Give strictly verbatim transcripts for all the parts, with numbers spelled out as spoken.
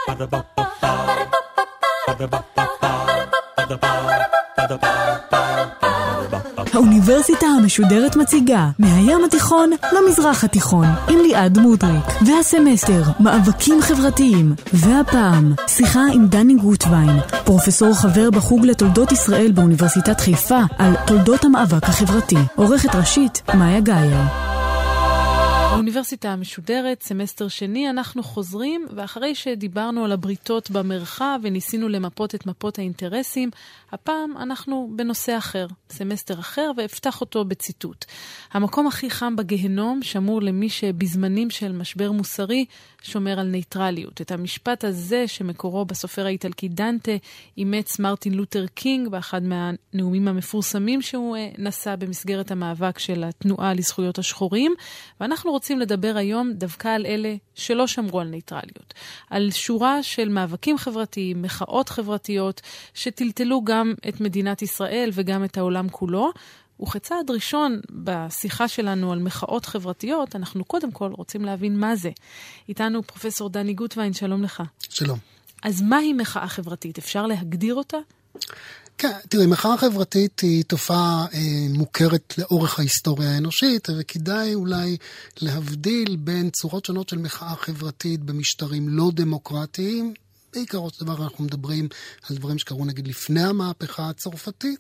האוניברסיטה המשודרת מציגה מהים התיכון למזרח התיכון עם ליעד מודריק, והסמסטר מאבקים חברתיים, והפעם שיחה עם דני גוטווין, פרופסור חבר בחוג לתולדות ישראל באוניברסיטת חיפה, על תולדות המאבק החברתי. עורכת ראשית מאיה גאייר. האוניברסיטה המשודרת, סמסטר שני, אנחנו חוזרים, ואחרי שדיברנו על הבריתות במרחב וניסינו למפות את מפות האינטרסים, הפעם אנחנו בנושא אחר, סמסטר אחר, והפתח אותו בציטוט. המקום הכי חם בגהנום שמור למי שבזמנים של משבר מוסרי שומר על ניטרליות. את המשפט הזה שמקורו בסופר האיטלקי דנטה אימץ מרטין לותר קינג באחד מהנאומים המפורסמים שהוא נשא במסגרת המאבק של התנועה לזכויות השחורים, ואנחנו רוצים לדבר היום דווקא על אלה שלא שמרו על ניטרליות. על שורה של מאבקים חברתיים, מחאות חברתיות, שטלטלו גם את מדינת ישראל וגם את העולם כולו. וכצעד ראשון בשיחה שלנו על מחאות חברתיות, אנחנו קודם כל רוצים להבין מה זה. איתנו פרופסור דני גוטווין, שלום לך. שלום. אז מהי מחאה חברתית? אפשר להגדיר אותה? כן, תראי, מחאה חברתית היא תופעה אה, מוכרת לאורך ההיסטוריה האנושית, וכדאי אולי להבדיל בין צורות שונות של מחאה חברתית במשטרים לא דמוקרטיים. בעיקר של דבר אנחנו מדברים על דברים שקרו נגיד לפני המהפכה הצרפתית,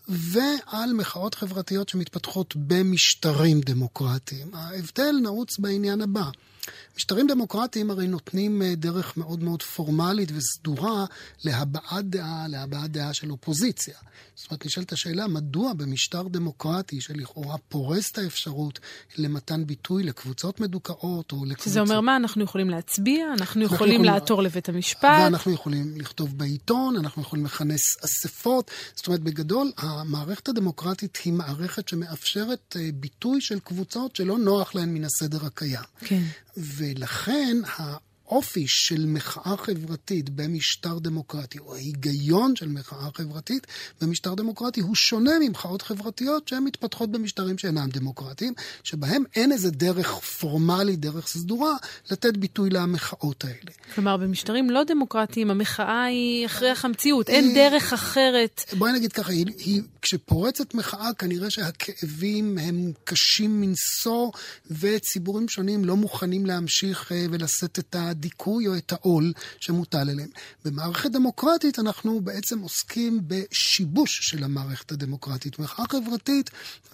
ועל מחאות חברתיות שמתפתחות במשטרים דמוקרטיים. ההבדל נעוץ בעניין הבא. משטרים דמוקרטיים הרי נותנים דרך מאוד מאוד פורמלית וסדורה להבעת דעה, להבעת דעה של אופוזיציה. זאת אומרת, נשאלת השאלה, מדוע במשטר דמוקרטי שלכאורה פורס את האפשרות למתן ביטוי לקבוצות מדוכאות או לקבוצות... שזה אומר מה? אנחנו יכולים להצביע, אנחנו, אנחנו יכולים, יכולים לעתור לבית המשפט. ואנחנו יכולים לכתוב בעיתון, אנחנו יכולים לכנס אספות. זאת אומרת, בגדול, המערכת הדמוקרטית היא מערכת שמאפשרת ביטוי של קבוצות שלא נוח להן מן הסדר הקיים. כן. ולכן האופי של מחאה חברתית במשטר דמוקרטי, או ההיגיון של מחאה חברתית במשטר דמוקרטי, הוא שונה ממחאות חברתיות שהן מתפתחות במשטרים שאינם דמוקרטיים, שבהם אין איזה דרך פורמלית, דרך סדורה, לתת ביטוי למחאות האלה. כלומר, במשטרים לא דמוקרטיים, המחאה היא הכרח המציאות, אין דרך אחרת. בואי נגיד ככה, היא, היא, כשפורצת מחאה, כנראה שהכאבים הם קשים מנסור, וציבורים שונים לא מוכנים להמשיך ולשאת את הדיכוי או את העול שמוטל אליהם. במערכת דמוקרטית אנחנו בעצם עוסקים בשיבוש של המערכת הדמוקרטית. מחאה חברתית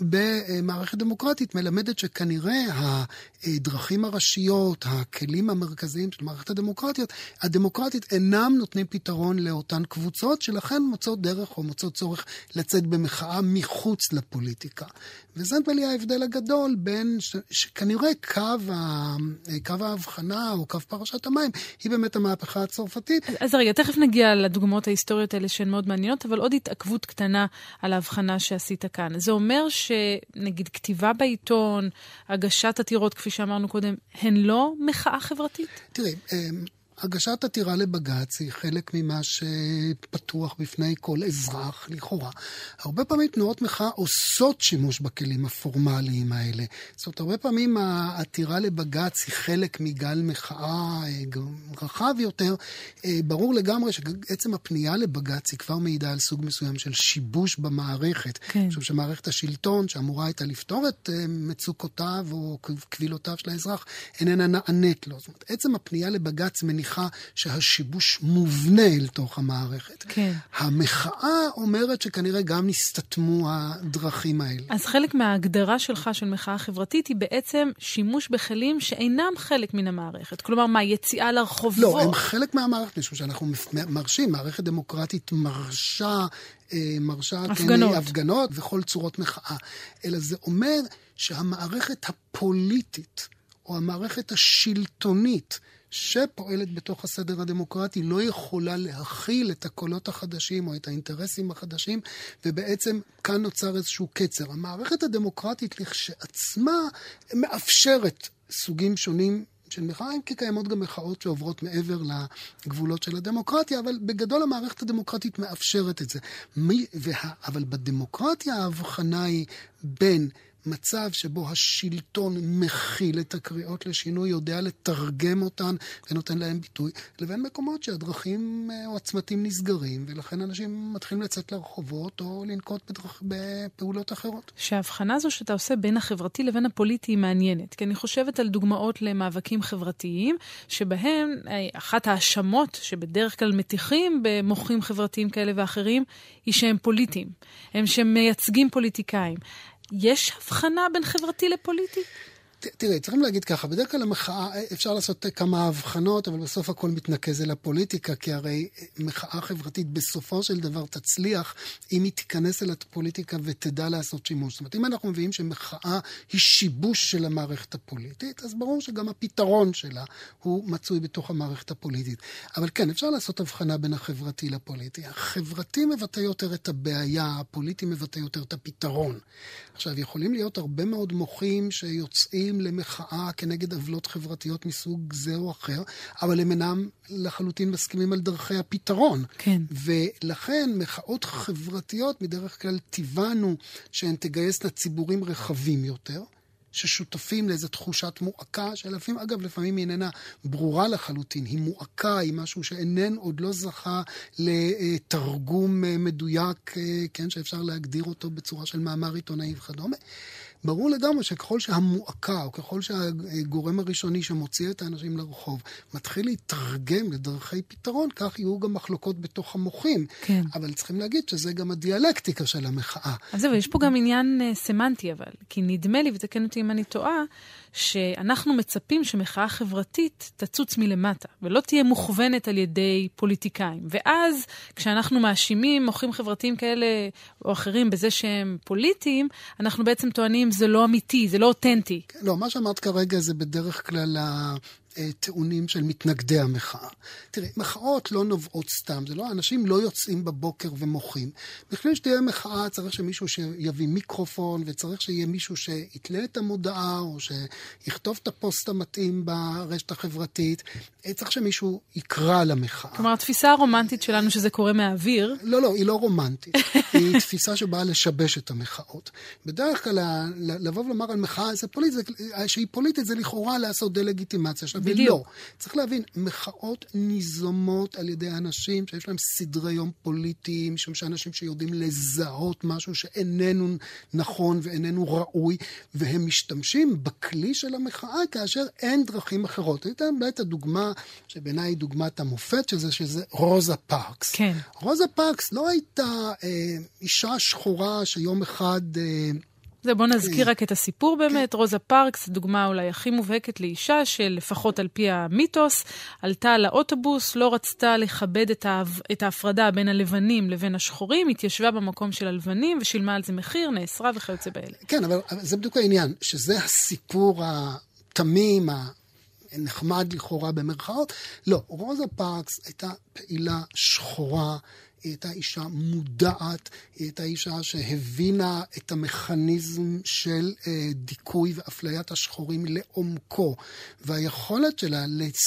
במערכת דמוקרטית מלמדת שכנראה הדרכים הראשיות, הכלים המרכזיים של מערכת הדמוקרטיות, הדמוקרטית אינם נותנים פתרון לאותן קבוצות, שלכן מוצאות דרך או מוצאות צורך לצאת במחאה מחוץ לפוליטיקה. וזה נדמה לי ההבדל הגדול בין ש... שכנראה קו, ה... קו ההבחנה או קו פרשת המים היא באמת המהפכה הצרפתית. אז, אז רגע, תכף נגיע לדוגמאות ההיסטוריות האלה שהן מאוד מעניינות, אבל עוד התעכבות קטנה על ההבחנה שעשית כאן. זה אומר שנגיד כתיבה בעיתון, הגשת עתירות כפי שאמרנו קודם, הן לא מחאה חברתית? תראי, הגשת עתירה לבג"ץ היא חלק ממה שפתוח בפני כל אזרח, לכאורה. הרבה פעמים תנועות מחאה עושות שימוש בכלים הפורמליים האלה. זאת אומרת, הרבה פעמים העתירה לבג"ץ היא חלק מגל מחאה רחב יותר. ברור לגמרי שעצם הפנייה לבג"ץ היא כבר מעידה על סוג מסוים של שיבוש במערכת. כן. חושב שמערכת השלטון שאמורה הייתה לפתור את מצוקותיו או קבילותיו של האזרח, איננה נענית לו. זאת אומרת, עצם הפנייה לבג"ץ מניחה שהשיבוש מובנה אל תוך המערכת. כן. המחאה אומרת שכנראה גם נסתתמו הדרכים האלה. אז חלק מההגדרה שלך של מחאה חברתית היא בעצם שימוש בכלים שאינם חלק מן המערכת. כלומר, מה, יציאה לרחובות? לא, הם חלק מהמערכת, משום שאנחנו מרשים, מערכת דמוקרטית מרשה, מרשה הפגנות. כן, הפגנות וכל צורות מחאה. אלא זה אומר שהמערכת הפוליטית, או המערכת השלטונית, שפועלת בתוך הסדר הדמוקרטי לא יכולה להכיל את הקולות החדשים או את האינטרסים החדשים, ובעצם כאן נוצר איזשהו קצר. המערכת הדמוקרטית לכשעצמה מאפשרת סוגים שונים של מחאה, אם כי קיימות גם מחאות שעוברות מעבר לגבולות של הדמוקרטיה, אבל בגדול המערכת הדמוקרטית מאפשרת את זה. מי, וה, אבל בדמוקרטיה ההבחנה היא בין מצב שבו השלטון מכיל את הקריאות לשינוי, יודע לתרגם אותן ונותן להם ביטוי, לבין מקומות שהדרכים או הצמתים נסגרים, ולכן אנשים מתחילים לצאת לרחובות או לנקוט בדרך, בפעולות אחרות. שההבחנה הזו שאתה עושה בין החברתי לבין הפוליטי היא מעניינת, כי אני חושבת על דוגמאות למאבקים חברתיים, שבהם אחת האשמות שבדרך כלל מתיחים במוחים חברתיים כאלה ואחרים, היא שהם פוליטיים, הם שמייצגים פוליטיקאים. יש הבחנה בין חברתי לפוליטי? תראה, צריכים להגיד ככה, בדרך כלל המחאה, אפשר לעשות כמה הבחנות, אבל בסוף הכל מתנקז אל הפוליטיקה, כי הרי מחאה חברתית בסופו של דבר תצליח, אם היא תיכנס אל הפוליטיקה ותדע לעשות שימוש. זאת אומרת, אם אנחנו מביאים שמחאה היא שיבוש של המערכת הפוליטית, אז ברור שגם הפתרון שלה הוא מצוי בתוך המערכת הפוליטית. אבל כן, אפשר לעשות הבחנה בין החברתי לפוליטי. החברתי מבטא יותר את הבעיה, הפוליטי מבטא יותר את הפתרון. עכשיו, יכולים להיות הרבה מאוד מוחים שיוצאים למחאה כנגד עוולות חברתיות מסוג זה או אחר, אבל הם אינם לחלוטין מסכימים על דרכי הפתרון. כן. ולכן מחאות חברתיות מדרך כלל טבענו שהן תגייסנה ציבורים רחבים יותר, ששותפים לאיזו תחושת מועקה, שלפעמים, אגב, לפעמים היא איננה ברורה לחלוטין. היא מועקה, היא משהו שאינן עוד לא זכה לתרגום מדויק, כן, שאפשר להגדיר אותו בצורה של מאמר עיתונאי וכדומה. ברור לגמרי שככל שהמועקה, או ככל שהגורם הראשוני שמוציא את האנשים לרחוב, מתחיל להתרגם לדרכי פתרון, כך יהיו גם מחלוקות בתוך המוחים. כן. אבל צריכים להגיד שזה גם הדיאלקטיקה של המחאה. אז זהו, יש פה גם עניין סמנטי, אבל, כי נדמה לי, ותקן אותי אם אני טועה, שאנחנו מצפים שמחאה חברתית תצוץ מלמטה, ולא תהיה מוכוונת על ידי פוליטיקאים. ואז, כשאנחנו מאשימים מוחים חברתיים כאלה או אחרים בזה שהם פוליטיים, אנחנו בעצם טוענים זה לא אמיתי, זה לא אותנטי. לא, מה שאמרת כרגע זה בדרך כלל הטיעונים של מתנגדי המחאה. תראי, מחאות לא נובעות סתם, זה לא, אנשים לא יוצאים בבוקר ומוחים. בכלל שתהיה מחאה, צריך שמישהו שיביא מיקרופון, וצריך שיהיה מישהו שיתלה את המודעה, או שיכתוב את הפוסט המתאים ברשת החברתית. צריך שמישהו יקרא למחאה. כלומר, התפיסה הרומנטית שלנו שזה קורה מהאוויר. לא, לא, היא לא רומנטית. היא תפיסה שבאה לשבש את המחאות. בדרך כלל, לבוא ולומר על מחאה, זה פוליטית, שהיא פוליטית, זה לכאורה לעשות דה-לגיטימציה שלה. ולא. צריך להבין, מחאות ניזומות על ידי אנשים שיש להם סדרי יום פוליטיים, משום שאנשים שיודעים לזהות משהו שאיננו נכון ואיננו ראוי, והם משתמשים בכלי של המחאה כאשר אין דרכים אחרות. אני אתן את הדוגמה שבעיניי היא דוגמת המופת של זה, שזה רוזה פארקס. כן. רוזה פארקס לא הייתה אה, אישה שחורה שיום אחד... אה, זה בוא נזכיר רק את הסיפור באמת. רוזה פארקס, דוגמה אולי הכי מובהקת לאישה, שלפחות על פי המיתוס, עלתה לאוטובוס, לא רצתה לכבד את, ההב... את ההפרדה בין הלבנים לבין השחורים, התיישבה במקום של הלבנים ושילמה על זה מחיר, נאסרה וכיוצא באלה. כן, אבל זה בדיוק העניין, שזה הסיפור התמים, הנחמד לכאורה במרכאות. לא, רוזה פארקס הייתה פעילה שחורה, היא הייתה אישה מודעת, היא הייתה אישה שהבינה את המכניזם של אה, דיכוי ואפליית השחורים לעומקו, והיכולת שלה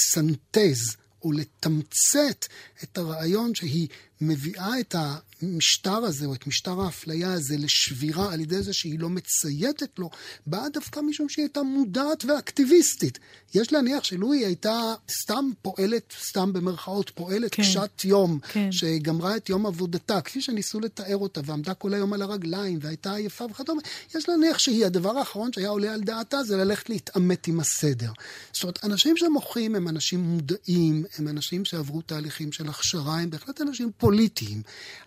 לסנטז או לתמצת את הרעיון שהיא מביאה את המשטר הזה או את משטר האפליה הזה לשבירה על ידי זה שהיא לא מצייתת לו, באה דווקא משום שהיא הייתה מודעת ואקטיביסטית. יש להניח שלו היא הייתה סתם פועלת, סתם במרכאות פועלת כן. קשת יום, כן. שגמרה את יום עבודתה, כפי שניסו לתאר אותה, ועמדה כל היום על הרגליים, והייתה עייפה וכדומה. יש להניח שהיא, הדבר האחרון שהיה עולה על דעתה, זה ללכת להתעמת עם הסדר. זאת אומרת, אנשים שמוחים הם אנשים מודעים, הם אנשים שעברו תהליכים של הכשרה, הם בהחלט אנשים פוליטיים.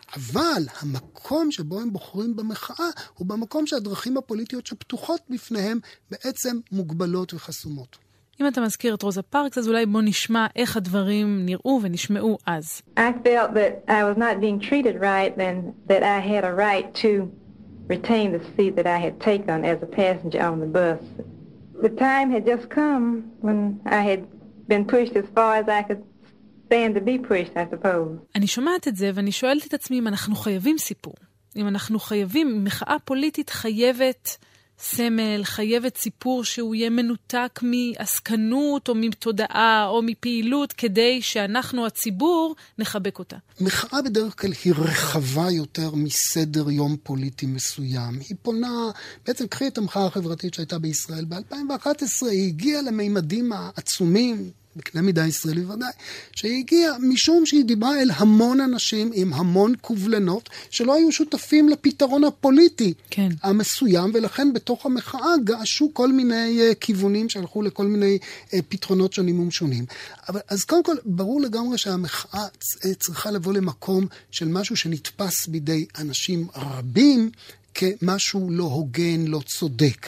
אבל המקום שבו הם בוחרים במחאה, הוא במקום שהדרכים הפוליטיות שפתוחות בפניהם בעצם מוגבלות וחסומות. אם אתה מזכיר את רוזה פארקס, אז אולי בוא נשמע איך הדברים נראו ונשמעו אז. I felt that I was not being treated right and that I had a right to retain the seat that I had taken as a passenger on the bus. The time had just come when I had been pushed as far as I could stand to be pushed, I suppose. אני שומעת את זה ואני שואלת את עצמי אם אנחנו חייבים סיפור. אם אנחנו חייבים, מחאה פוליטית חייבת סמל, חייבת סיפור שהוא יהיה מנותק מעסקנות או מתודעה או מפעילות כדי שאנחנו הציבור נחבק אותה. מחאה בדרך כלל היא רחבה יותר מסדר יום פוליטי מסוים. היא פונה, בעצם קחי את המחאה החברתית שהייתה בישראל ב-אלפיים ואחת עשרה, היא הגיעה למימדים העצומים, בקנה מידה ישראלי ודאי, שהיא הגיעה משום שהיא דיברה אל המון אנשים עם המון קובלנות שלא היו שותפים לפתרון הפוליטי כן. המסוים, ולכן בתוך המחאה געשו כל מיני uh, כיוונים שהלכו לכל מיני uh, פתרונות שונים ומשונים. אבל אז קודם כל ברור לגמרי שהמחאה צריכה לבוא למקום של משהו שנתפס בידי אנשים רבים כמשהו לא הוגן, לא צודק.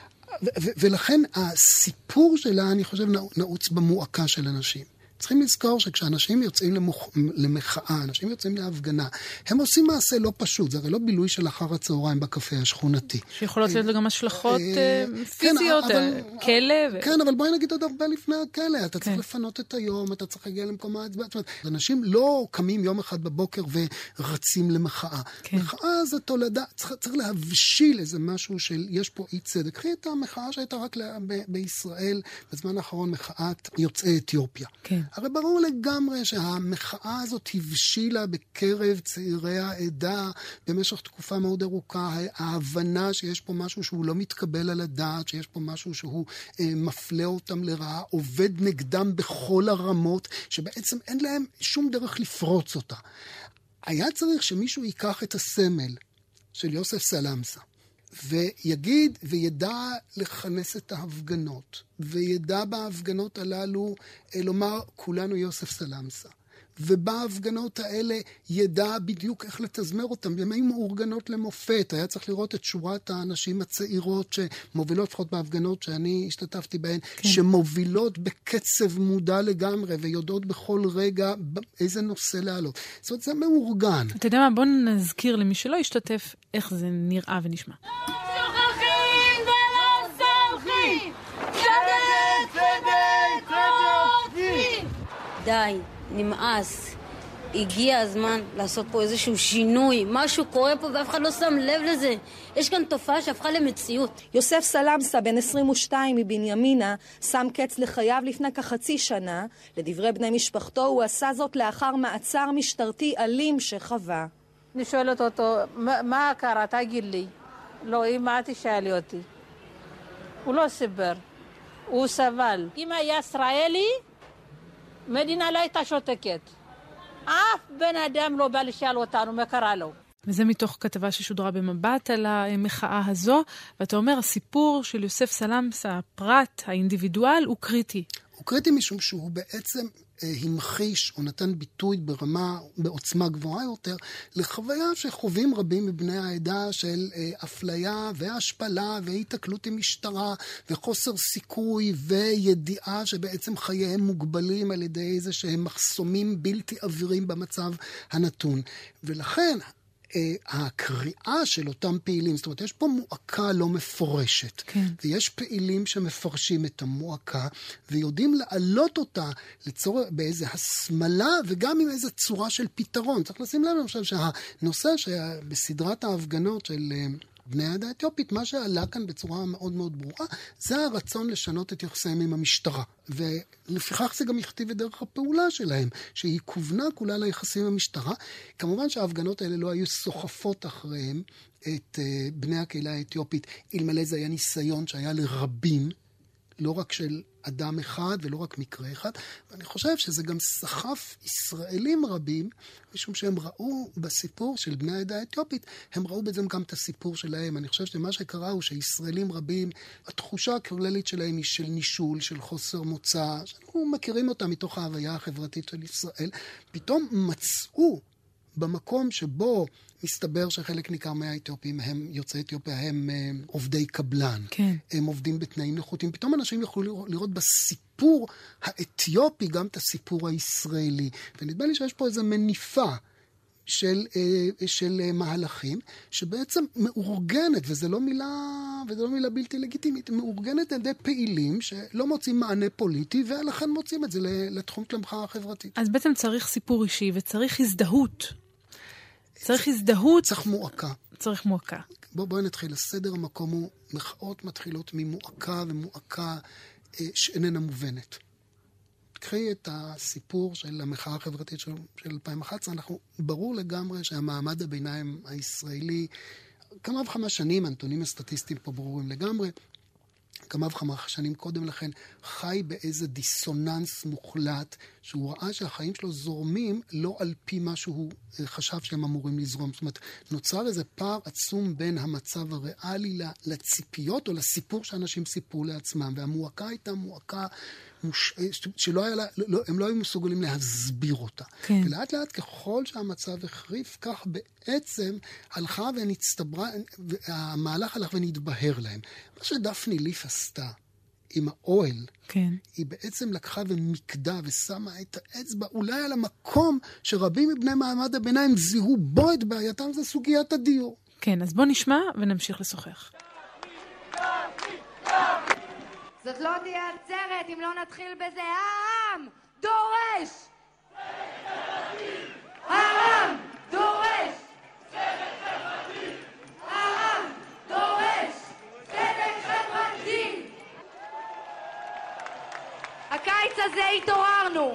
ו- ולכן הסיפור שלה, אני חושב, נעוץ במועקה של אנשים. צריכים לזכור שכשאנשים יוצאים למוח... למחאה, אנשים יוצאים להפגנה, הם עושים מעשה לא פשוט, זה הרי לא בילוי של אחר הצהריים בקפה השכונתי. שיכולות להיות גם השלכות פיזיות, כלא. כן, אבל בואי נגיד עוד הרבה לפני הכלא, אתה צריך לפנות את היום, אתה צריך להגיע למקום ההצבעה. אנשים לא קמים יום אחד בבוקר ורצים למחאה. מחאה זה תולדה, צריך להבשיל איזה משהו של, יש פה אי צדק. קחי את המחאה שהייתה רק בישראל, בזמן האחרון מחאת יוצאי אתיופיה. כן. הרי ברור לגמרי שהמחאה הזאת הבשילה בקרב צעירי העדה במשך תקופה מאוד ארוכה, ההבנה שיש פה משהו שהוא לא מתקבל על הדעת, שיש פה משהו שהוא אה, מפלה אותם לרעה, עובד נגדם בכל הרמות, שבעצם אין להם שום דרך לפרוץ אותה. היה צריך שמישהו ייקח את הסמל של יוסף סלמסה, ויגיד וידע לכנס את ההפגנות, וידע בהפגנות הללו לומר כולנו יוסף סלמסה, ובהפגנות האלה ידע בדיוק איך לתזמר אותם. הם היו מאורגנות למופת, היה צריך לראות את שורת האנשים הצעירות שמובילות, לפחות בהפגנות שאני השתתפתי בהן, כן. שמובילות בקצב מודע לגמרי, ויודעות בכל רגע איזה נושא לעלות. זאת אומרת, זה מאורגן. אתה יודע מה, בוא נזכיר למי שלא ישתתף איך זה נראה ונשמע. שוכחים ולא סולחים, צדק, צדק, צדק, די. נמאס. הגיע הזמן לעשות פה איזשהו שינוי. משהו קורה פה ואף אחד לא שם לב לזה. יש כאן תופעה שהפכה למציאות. יוסף סלמסה, בן עשרים ושתיים מבנימינה, שם קץ לחייו לפני כחצי שנה. לדברי בני משפחתו, הוא עשה זאת לאחר מעצר משטרתי אלים שחווה. אני שואלת אותו, מה קרה? תגיד לי. לא, אם מה תשאל לי אותי. הוא לא סיבר. הוא סבל. אם היה ישראלי, מדינה לא הייתה שותקת. אף בן אדם לא בא לשאל אותנו מה קרה לו. וזה מתוך כתבה ששודרה במבט על המחאה הזו, ואתה אומר, הסיפור של יוסף סלמסה, הפרט, האינדיבידואל, הוא קריטי. הוא קריטי משום שהוא בעצם המחיש או נתן ביטוי ברמה, בעוצמה גבוהה יותר, לחוויה שחווים רבים מבני העדה של אפליה והשפלה והתקלות עם משטרה וחוסר סיכוי וידיעה שבעצם חייהם מוגבלים על ידי איזה שהם מחסומים בלתי עבירים במצב הנתון. ולכן הקריאה של אותם פעילים, זאת אומרת, יש פה מועקה לא מפורשת, כן. ויש פעילים שמפרשים את המועקה, ויודעים להעלות אותה לצורך, באיזו הסמלה, וגם עם איזו צורה של פתרון. צריך לשים לב, אני חושב שהנושא שבסדרת ההפגנות של בני העדה האתיופית, מה שעלה כאן בצורה מאוד מאוד ברורה, זה הרצון לשנות את יחסיהם עם המשטרה. ולפיכך זה גם יכתיב את דרך הפעולה שלהם, שהיא כוונה כולה ליחסים עם המשטרה. כמובן שההפגנות האלה לא היו סוחפות אחריהם את uh, בני הקהילה האתיופית, אלמלא זה היה ניסיון שהיה לרבים, לא רק של אדם אחד ולא רק מקרה אחד, ואני חושב שזה גם סחף ישראלים רבים, משום שהם ראו בסיפור של בני העדה האתיופית, הם ראו בזה גם את הסיפור שלהם. אני חושב שמה שקרה הוא שישראלים רבים, התחושה הכללית שלהם היא של נישול, של חוסר מוצא, שאנחנו מכירים אותה מתוך ההוויה החברתית של ישראל, פתאום מצאו במקום שבו מסתבר שחלק ניכר מהאתיופים הם, יוצאי אתיופיה, הם, הם עובדי קבלן. כן. הם עובדים בתנאים נחותים. פתאום אנשים יכולו לראות בסיפור האתיופי גם את הסיפור הישראלי. ונדמה לי שיש פה איזו מניפה של, של מהלכים, שבעצם מאורגנת, וזה לא מילה, וזה לא מילה בלתי לגיטימית, מאורגנת על ידי פעילים שלא מוצאים מענה פוליטי, ולכן מוצאים את זה לתחום של המחאה החברתית. אז בעצם צריך סיפור אישי, וצריך הזדהות. צריך הזדהות. צריך מועקה. צריך מועקה. בוא, בואי נתחיל. הסדר המקום הוא, מחאות מתחילות ממועקה ומועקה אה, שאיננה מובנת. תקחי את הסיפור של המחאה החברתית של, של אלפיים ואחת עשרה, אנחנו ברור לגמרי שהמעמד הביניים הישראלי, כמה וכמה שנים, הנתונים הסטטיסטיים פה ברורים לגמרי, כמה וכמה שנים קודם לכן, חי באיזה דיסוננס מוחלט, שהוא ראה שהחיים שלו זורמים לא על פי מה שהוא חשב שהם אמורים לזרום. זאת אומרת, נוצר איזה פער עצום בין המצב הריאלי לציפיות או לסיפור שאנשים סיפרו לעצמם, והמועקה הייתה מועקה מוש... שלא היה לה, לא, הם לא היו מסוגלים להסביר אותה. כן. ולאט לאט ככל שהמצב החריף, כך בעצם הלכה ונצטברה, המהלך הלך ונתבהר להם. מה שדפני ליף עשתה עם האוהל, כן. היא בעצם לקחה ומקדה ושמה את האצבע אולי על המקום שרבים מבני מעמד הביניים זיהו בו את בעייתם, זה סוגיית הדיור. כן, אז בוא נשמע ונמשיך לשוחח. זאת לא תהיה עצרת אם לא נתחיל בזה. העם דורש! העם דורש! העם דורש! צדק חברתי! הקיץ הזה התעוררנו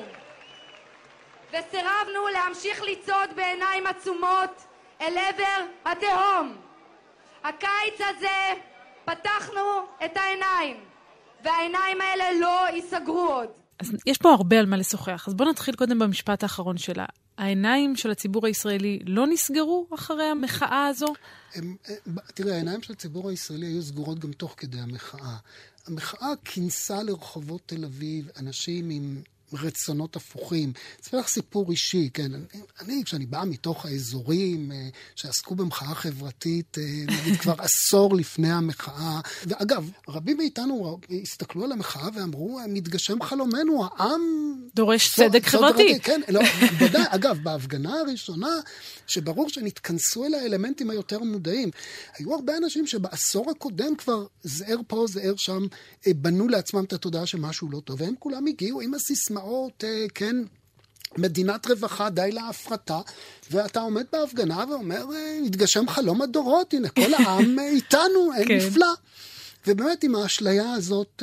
וסירבנו להמשיך לצעוד בעיניים עצומות אל עבר התהום. הקיץ הזה פתחנו את העיניים, והעיניים האלה לא ייסגרו עוד. אז יש פה הרבה על מה לשוחח. אז בוא נתחיל קודם במשפט האחרון שלה. העיניים של הציבור הישראלי לא נסגרו אחרי המחאה הזו? הם, תראה, העיניים של הציבור הישראלי היו סגורות גם תוך כדי המחאה. המחאה כינסה לרחובות תל אביב אנשים עם רצונות הפוכים. זה לך סיפור אישי, כן. אני, אני, כשאני בא מתוך האזורים שעסקו במחאה חברתית, נגיד כבר עשור לפני המחאה, ואגב, רבים מאיתנו הסתכלו על המחאה ואמרו, מתגשם חלומנו, העם דורש צדק חברתי. כן, לא, בוודאי, אגב, בהפגנה הראשונה, שברור שנתכנסו אל האלמנטים היותר מודעים, היו הרבה אנשים שבעשור הקודם כבר זהר פה, זהר שם, בנו לעצמם את התודעה שמשהו לא טוב, והם כולם הגיעו עם הסיסמאות, כן, מדינת רווחה, די להפרטה, ואתה עומד בהפגנה ואומר, התגשם חלום הדורות, הנה, כל העם איתנו, אין נפלא. ובאמת עם האשליה הזאת,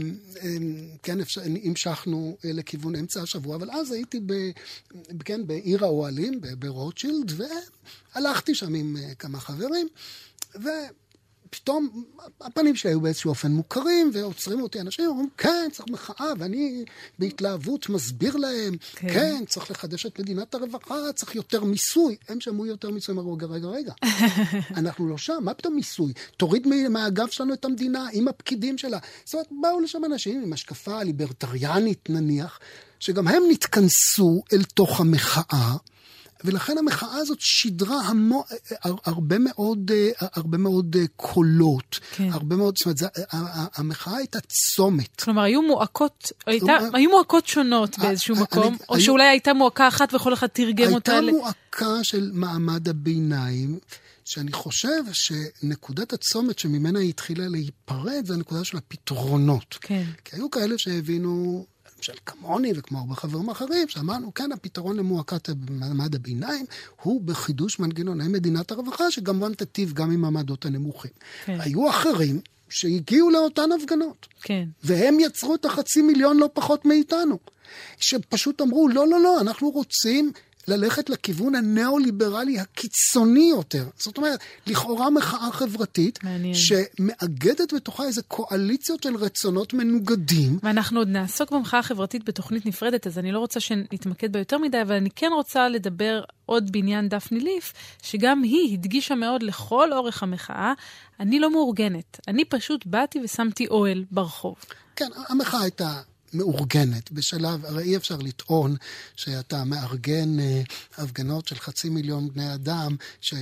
כן, המשכנו לכיוון אמצע השבוע, אבל אז הייתי ב, כן, בעיר האוהלים, ברוטשילד, והלכתי שם עם כמה חברים, ופתאום הפנים שלי היו באיזשהו אופן מוכרים, ועוצרים אותי אנשים, אומרים, כן, צריך מחאה, ואני בהתלהבות מסביר להם, כן, כן צריך לחדש את מדינת הרווחה, צריך יותר מיסוי. הם שמעו יותר מיסוי, אמרו, רגע, רגע, רגע. אנחנו לא שם, מה פתאום מיסוי? תוריד מהאגף שלנו את המדינה, עם הפקידים שלה. זאת אומרת, באו לשם אנשים עם השקפה ליברטריאנית, נניח, שגם הם נתכנסו אל תוך המחאה, ולכן המחאה הזאת שידרה המו, הרבה מאוד, הרבה מאוד קולות, כן. הרבה מאוד, זאת אומרת, המחאה הייתה צומת. כלומר, היו מועקות, הייתה, היו מועקות שונות באיזשהו מקום, אני, או היו, שאולי הייתה מועקה אחת וכל אחד תרגם אותה. הייתה מועקה של מעמד הביניים, שאני חושב שנקודת הצומת שממנה היא התחילה להיפרד, זה הנקודה של הפתרונות. כן. כי היו כאלה שהבינו, של כמוני וכמו הרבה חברים אחרים, שאמרנו, כן, הפתרון למועקת מעמד הביניים, הוא בחידוש מנגנוני מדינת הרווחה, שגם תיטיב גם עם המעמדות הנמוכים. כן. היו אחרים שהגיעו לאותן הפגנות. כן. והם יצרו את החצי מיליון לא פחות מאיתנו. שפשוט אמרו, לא, לא, לא, אנחנו רוצים ללכת לכיוון הנאו-ליברלי הקיצוני יותר. זאת אומרת, לכאורה מחאה חברתית, מעניין. שמאגדת בתוכה איזה קואליציות של רצונות מנוגדים. ואנחנו עוד נעסוק במחאה החברתית בתוכנית נפרדת, אז אני לא רוצה שנתמקד בה יותר מדי, אבל אני כן רוצה לדבר עוד בעניין דפני ליף, שגם היא הדגישה מאוד לכל אורך המחאה, אני לא מאורגנת. אני פשוט באתי ושמתי אוהל ברחוב. כן, המחאה הייתה מאורגנת. בשלב, הרי אי אפשר לטעון שאתה מארגן אה, הפגנות של חצי מיליון בני אדם,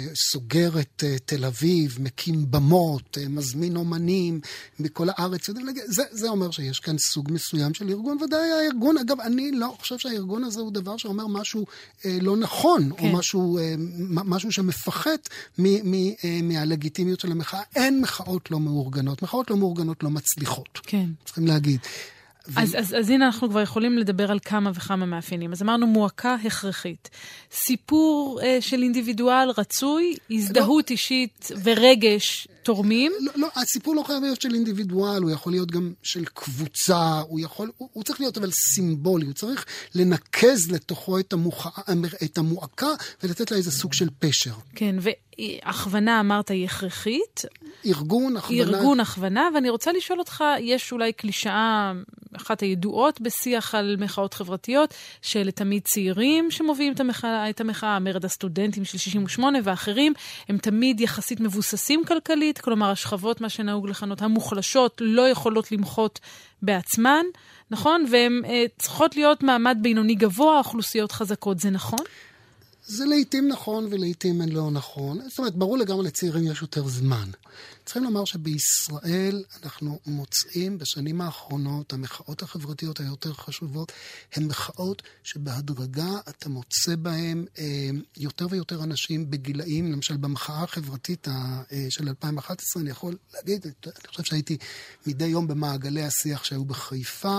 שסוגר את אה, תל אביב, מקים במות, אה, מזמין אומנים מכל הארץ. זה, זה אומר שיש כאן סוג מסוים של ארגון, ודאי הארגון, אגב, אני לא חושב שהארגון הזה הוא דבר שאומר משהו אה, לא נכון, כן. או משהו, אה, משהו שמפחת מ, מ, אה, מהלגיטימיות של המחאה. אין מחאות לא מאורגנות. מחאות לא מאורגנות לא מצליחות. כן. צריכים להגיד. ו... אז, אז, אז הנה אנחנו כבר יכולים לדבר על כמה וכמה מאפיינים. אז אמרנו מועקה הכרחית. סיפור אה, של אינדיבידואל רצוי, הזדהות לא... אישית ורגש תורמים. לא, לא, הסיפור לא חייב להיות של אינדיבידואל, הוא יכול להיות גם של קבוצה, הוא, יכול, הוא, הוא צריך להיות אבל סימבולי, הוא צריך לנקז לתוכו את, המוח... את המועקה ולתת לה איזה סוג של פשר. כן, והכוונה אמרת היא הכרחית. ארגון, הכוונה. ארגון, הכוונה, ואני רוצה לשאול אותך, יש אולי קלישאה, אחת הידועות בשיח על מחאות חברתיות, של תמיד צעירים שמובילים את המחאה, את המחאה, מרד הסטודנטים של שישים ושמונה ואחרים, הם תמיד יחסית מבוססים כלכלית, כלומר השכבות, מה שנהוג לכנות, המוחלשות, לא יכולות למחות בעצמן, נכון? והן אה, צריכות להיות מעמד בינוני גבוה, אוכלוסיות חזקות, זה נכון? זה לעתים נכון ולעתים לא נכון. זאת אומרת, ברור לגמרי לצעירים יש יותר זמן. צריכים לומר שבישראל אנחנו מוצאים בשנים האחרונות, המחאות החברתיות היותר חשובות, הן מחאות שבהדרגה אתה מוצא בהן אה, יותר ויותר אנשים בגילאים, למשל במחאה החברתית אה, של אלפיים ואחת עשרה, אני יכול להגיד, אני חושב שהייתי מדי יום במעגלי השיח שהיו בחיפה,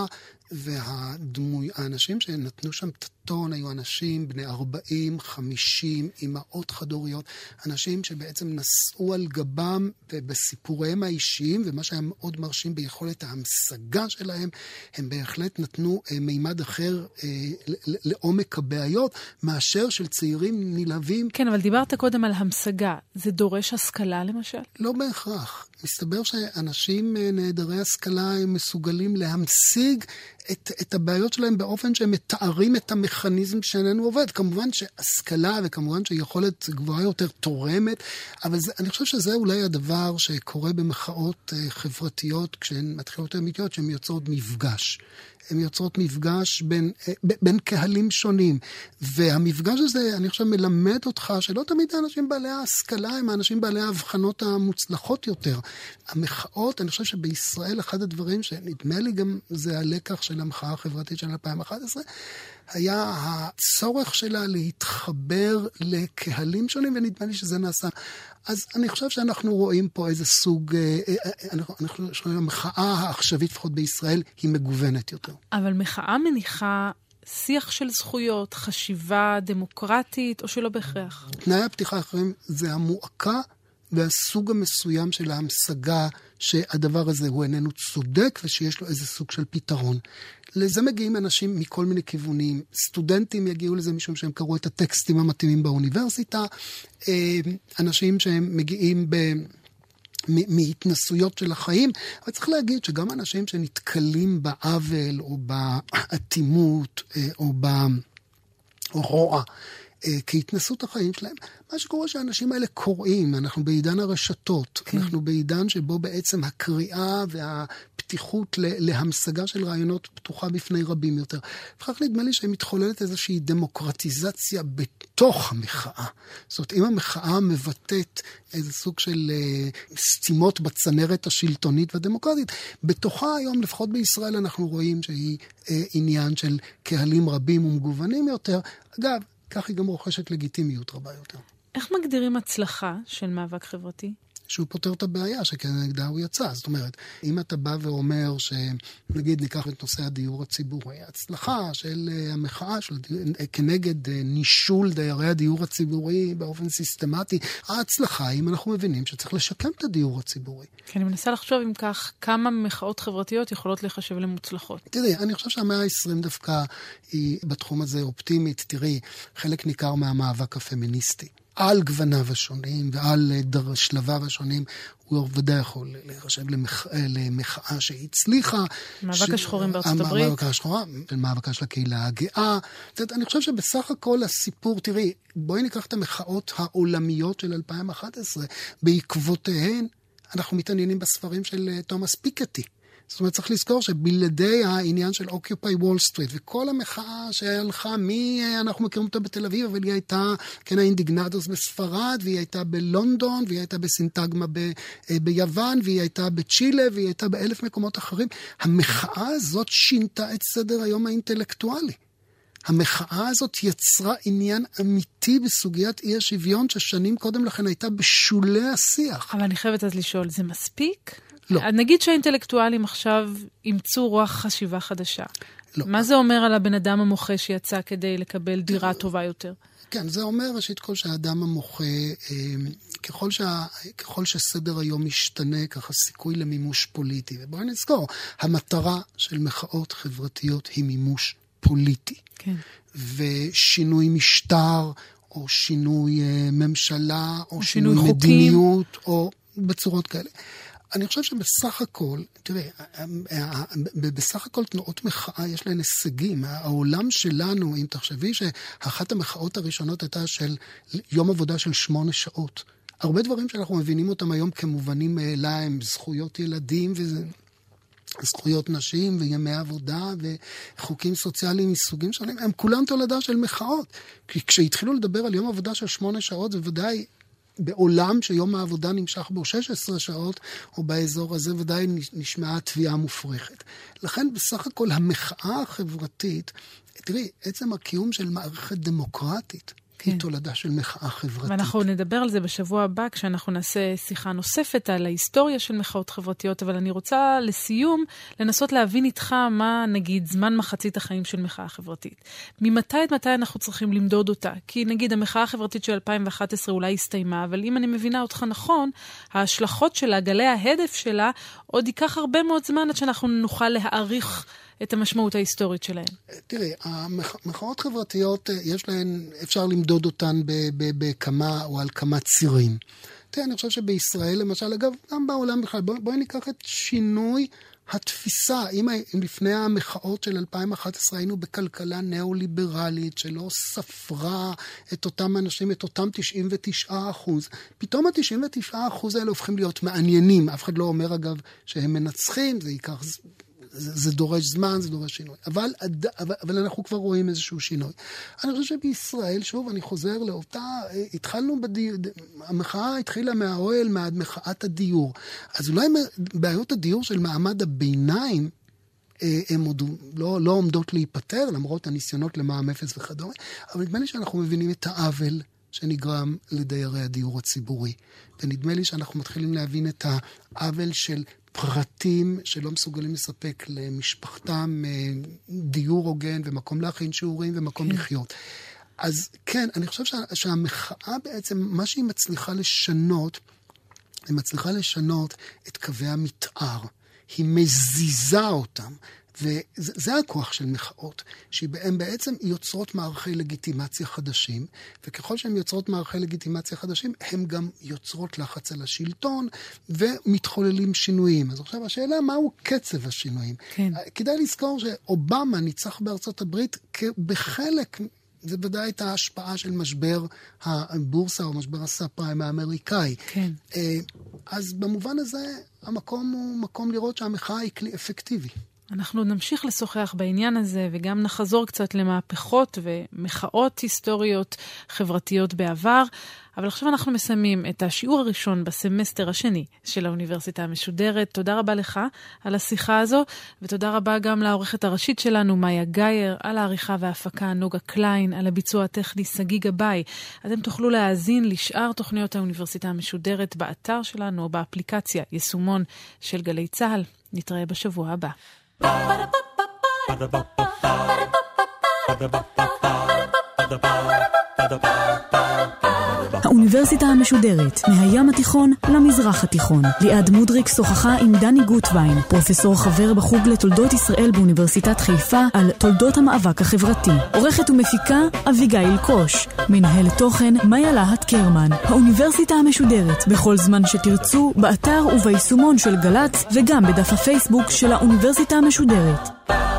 והאנשים שנתנו שם את הטון היו אנשים בני ארבעים, חמישים, אמהות חדוריות, אנשים שבעצם נשאו על גבם בסיפוריהם האישיים, ומה שהיה מאוד מרשים ביכולת ההמשגה שלהם, הם בהחלט נתנו מימד אחר לעומק הבעיות, מאשר של צעירים נלהבים. כן, אבל דיברת קודם על המשגה. זה דורש השכלה למשל? לא בהכרח. מסתבר שאנשים נעדרי השכלה הם מסוגלים להמשיג את, את הבעיות שלהם באופן שהם מתארים את המכניזם שאיננו עובד. כמובן שהשכלה וכמובן שיכולת גבוהה יותר תורמת, אבל זה, אני חושב שזה אולי הדבר שקורה במחאות חברתיות כשהן מתחילות אמיתיות, שהן יוצרות מפגש. הן יוצרות מפגש בין, בין קהלים שונים. והמפגש הזה, אני חושב, מלמד אותך שלא תמיד האנשים בעלי ההשכלה הם האנשים בעלי ההבחנות המוצלחות יותר. המחאות, אני חושב שבישראל אחד הדברים שנדמה לי גם זה הלקח של המחאה החברתית של אלפיים ואחת עשרה, היה הצורך שלה להתחבר לקהלים שונים, ונדמה לי שזה נעשה. אז אני חושב שאנחנו רואים פה איזה סוג, אנחנו, אנחנו חושבים, המחאה העכשווית לפחות בישראל היא מגוונת יותר. אבל מחאה מניחה שיח של זכויות, חשיבה דמוקרטית, או שלא בהכרח? תנאי הפתיחה האחרים זה המועקה והסוג המסוים של ההמשגה שהדבר הזה הוא איננו צודק ושיש לו איזה סוג של פתרון. לזה מגיעים אנשים מכל מיני כיוונים. סטודנטים יגיעו לזה משום שהם קראו את הטקסטים המתאימים באוניברסיטה. אנשים שהם מגיעים ב... מהתנסויות של החיים. אבל צריך להגיד שגם אנשים שנתקלים בעוול או באטימות או ברוע כהתנסות החיים שלהם, מה שקורה שהאנשים האלה קוראים, אנחנו בעידן הרשתות, כן. אנחנו בעידן שבו בעצם הקריאה והפתיחות להמשגה של רעיונות פתוחה בפני רבים יותר. וכך נדמה לי שמתחוללת איזושהי דמוקרטיזציה בתוך המחאה. זאת אומרת, אם המחאה מבטאת איזה סוג של uh, סתימות בצנרת השלטונית והדמוקרטית, בתוכה היום, לפחות בישראל, אנחנו רואים שהיא uh, עניין של קהלים רבים ומגוונים יותר. אגב, כך היא גם רוכשת לגיטימיות רבה יותר. איך מגדירים הצלחה של מאבק חברתי? שהוא פותר את הבעיה שכנגדה הוא יצא. זאת אומרת, אם אתה בא ואומר שנגיד ניקח את נושא הדיור הציבורי, הצלחה של המחאה של, כנגד נישול דיירי הדיור הציבורי באופן סיסטמטי, ההצלחה היא אם אנחנו מבינים שצריך לשקם את הדיור הציבורי. כן, אני מנסה לחשוב אם כך, כמה מחאות חברתיות יכולות לחשב למוצלחות. תראי, אני חושב שהמאה ה-עשרים דווקא היא בתחום הזה אופטימית. תראי, חלק ניכר מהמאבק הפמיניסטי. על גווניו השונים ועל שלביו השונים, הוא ודאי יכול להיחשב למח... למחאה שהצליחה. מאבק ש... השחורים בארצות הברית. המאבק השחורים, מאבקה של הקהילה הגאה. זאת, אני חושב שבסך הכל הסיפור, תראי, בואי ניקח את המחאות העולמיות של אלפיים ואחת עשרה, בעקבותיהן אנחנו מתעניינים בספרים של תומאס פיקטי. זאת אומרת, צריך לזכור שבלעדי העניין של Occupy Wall Street, וכל המחאה שהלכה, מי אנחנו מכירים אותה בתל אביב, אבל היא הייתה, כן, האינדיגנטוס בספרד, והיא הייתה בלונדון, והיא הייתה בסינטגמה ב, ביוון, והיא הייתה בצ'ילה, והיא הייתה באלף מקומות אחרים. המחאה הזאת שינתה את סדר היום האינטלקטואלי. המחאה הזאת יצרה עניין אמיתי בסוגיית אי השוויון, ששנים קודם לכן הייתה בשולי השיח. אבל אני חייבת אז לשאול, זה מספיק? לא. נגיד שהאינטלקטואלים עכשיו ימצאו רוח חשיבה חדשה. לא. מה זה אומר על הבן אדם המוחה שיצא כדי לקבל דירה טובה יותר? כן, זה אומר ראשית כל שהאדם המוחה, ככל, שה, ככל שסדר היום משתנה, ככה סיכוי למימוש פוליטי. ובואי נזכור, המטרה של מחאות חברתיות היא מימוש פוליטי. כן. ושינוי משטר, או שינוי ממשלה, או, או שינוי, שינוי מדיניות, או בצורות כאלה. אני חושב שבסך הכל, תראה, בסך הכל תנועות מחאה יש להן הישגים. העולם שלנו, אם תחשבי שאחת המחאות הראשונות הייתה של יום עבודה של שמונה שעות. הרבה דברים שאנחנו מבינים אותם היום כמובנים מאליהם, זכויות ילדים וזכויות נשים וימי עבודה וחוקים סוציאליים מסוגים שונים, הם כולם תולדה של מחאות. כי כשהתחילו לדבר על יום עבודה של שמונה שעות, זה ודאי בעולם שיום העבודה נמשך בו שש עשרה שעות, או באזור הזה ודאי נשמעה תביעה מופרכת. לכן בסך הכל המחאה החברתית, תראי, עצם הקיום של מערכת דמוקרטית, כן. היא תולדה של מחאה חברתית. ואנחנו נדבר על זה בשבוע הבא, כשאנחנו נעשה שיחה נוספת על ההיסטוריה של מחאות חברתיות, אבל אני רוצה לסיום לנסות להבין איתך מה נגיד זמן מחצית החיים של מחאה חברתית. ממתי עד מתי אנחנו צריכים למדוד אותה? כי נגיד המחאה החברתית של אלפיים ואחת עשרה אולי הסתיימה, אבל אם אני מבינה אותך נכון, ההשלכות שלה, גלי ההדף שלה, עוד ייקח הרבה מאוד זמן עד שאנחנו נוכל להעריך את המשמעות ההיסטורית שלהן. תראי, המחאות חברתיות, יש להן, אפשר למדוד אותן בכמה או על כמה צירים. תראי, אני חושב שבישראל, למשל, אגב, גם בעולם בכלל, בואי בוא ניקח את שינוי התפיסה. אם, אם לפני המחאות של אלפיים ואחת עשרה היינו בכלכלה נאו-ליברלית, שלא ספרה את אותם אנשים, את אותם תשעים ותשעה אחוז, פתאום ה-תשעים ותשעה אחוז האלה הופכים להיות מעניינים. אף אחד לא אומר, אגב, שהם מנצחים, זה ייקח זה, זה דורש זמן, זה דורש שינוי. אבל, אבל, אבל אנחנו כבר רואים איזשהו שינוי. אני חושב שבישראל, שוב, אני חוזר לאותה, התחלנו בדיור, המחאה התחילה מהאוהל, מהמחאת הדיור. אז אולי בעיות הדיור של מעמד הביניים, הן עוד לא, לא עומדות להיפטר, למרות הניסיונות למע"מ אפס וכדומה, אבל נדמה לי שאנחנו מבינים את העוול שנגרם לדיירי הדיור הציבורי. ונדמה לי שאנחנו מתחילים להבין את העוול של פרטים שלא מסוגלים לספק למשפחתם דיור הוגן ומקום להכין שיעורים ומקום לחיות. אז כן, אני חושב שה, שהמחאה בעצם, מה שהיא מצליחה לשנות, היא מצליחה לשנות את קווי המתאר. היא מזיזה אותם. וזה הכוח של מחאות, שהן בעצם יוצרות מערכי לגיטימציה חדשים, וככל שהן יוצרות מערכי לגיטימציה חדשים, הן גם יוצרות לחץ על השלטון, ומתחוללים שינויים. אז עכשיו השאלה, מהו קצב השינויים? כן. כדאי לזכור שאובמה ניצח בארצות הברית בחלק, זה ודאי הייתה ההשפעה של משבר הבורסה, או משבר הסאב-פריים האמריקאי. כן. אז במובן הזה, המקום הוא מקום לראות שהמחאה היא כלי אפקטיבי. אנחנו נמשיך לשוחח בעניין הזה, וגם נחזור קצת למהפכות ומחאות היסטוריות חברתיות בעבר. אבל עכשיו אנחנו מסיימים את השיעור הראשון בסמסטר השני של האוניברסיטה המשודרת. תודה רבה לך על השיחה הזו, ותודה רבה גם לעורכת הראשית שלנו, מאיה גייר, על העריכה וההפקה נוגה קליין, על הביצוע הטכני סגי גבאי. אתם תוכלו להאזין לשאר תוכניות האוניברסיטה המשודרת באתר שלנו, או באפליקציה יישומון של גלי צהל. נתראה בשבוע הבא. האוניברסיטה המשודרת, מהים התיכון למזרח התיכון. ליעד מודריק שוחחה עם דני גוטווין, פרופסור חבר בחוג לתולדות ישראל באוניברסיטת חיפה, על תולדות המאבק החברתי. עורכת ומפיקה אביגיל קוש, מנהל תוכן מאיה להט קרמן. האוניברסיטה המשודרת, בכל זמן שתרצו, באתר וביישומון של גל"צ, וגם בדף הפייסבוק של האוניברסיטה המשודרת.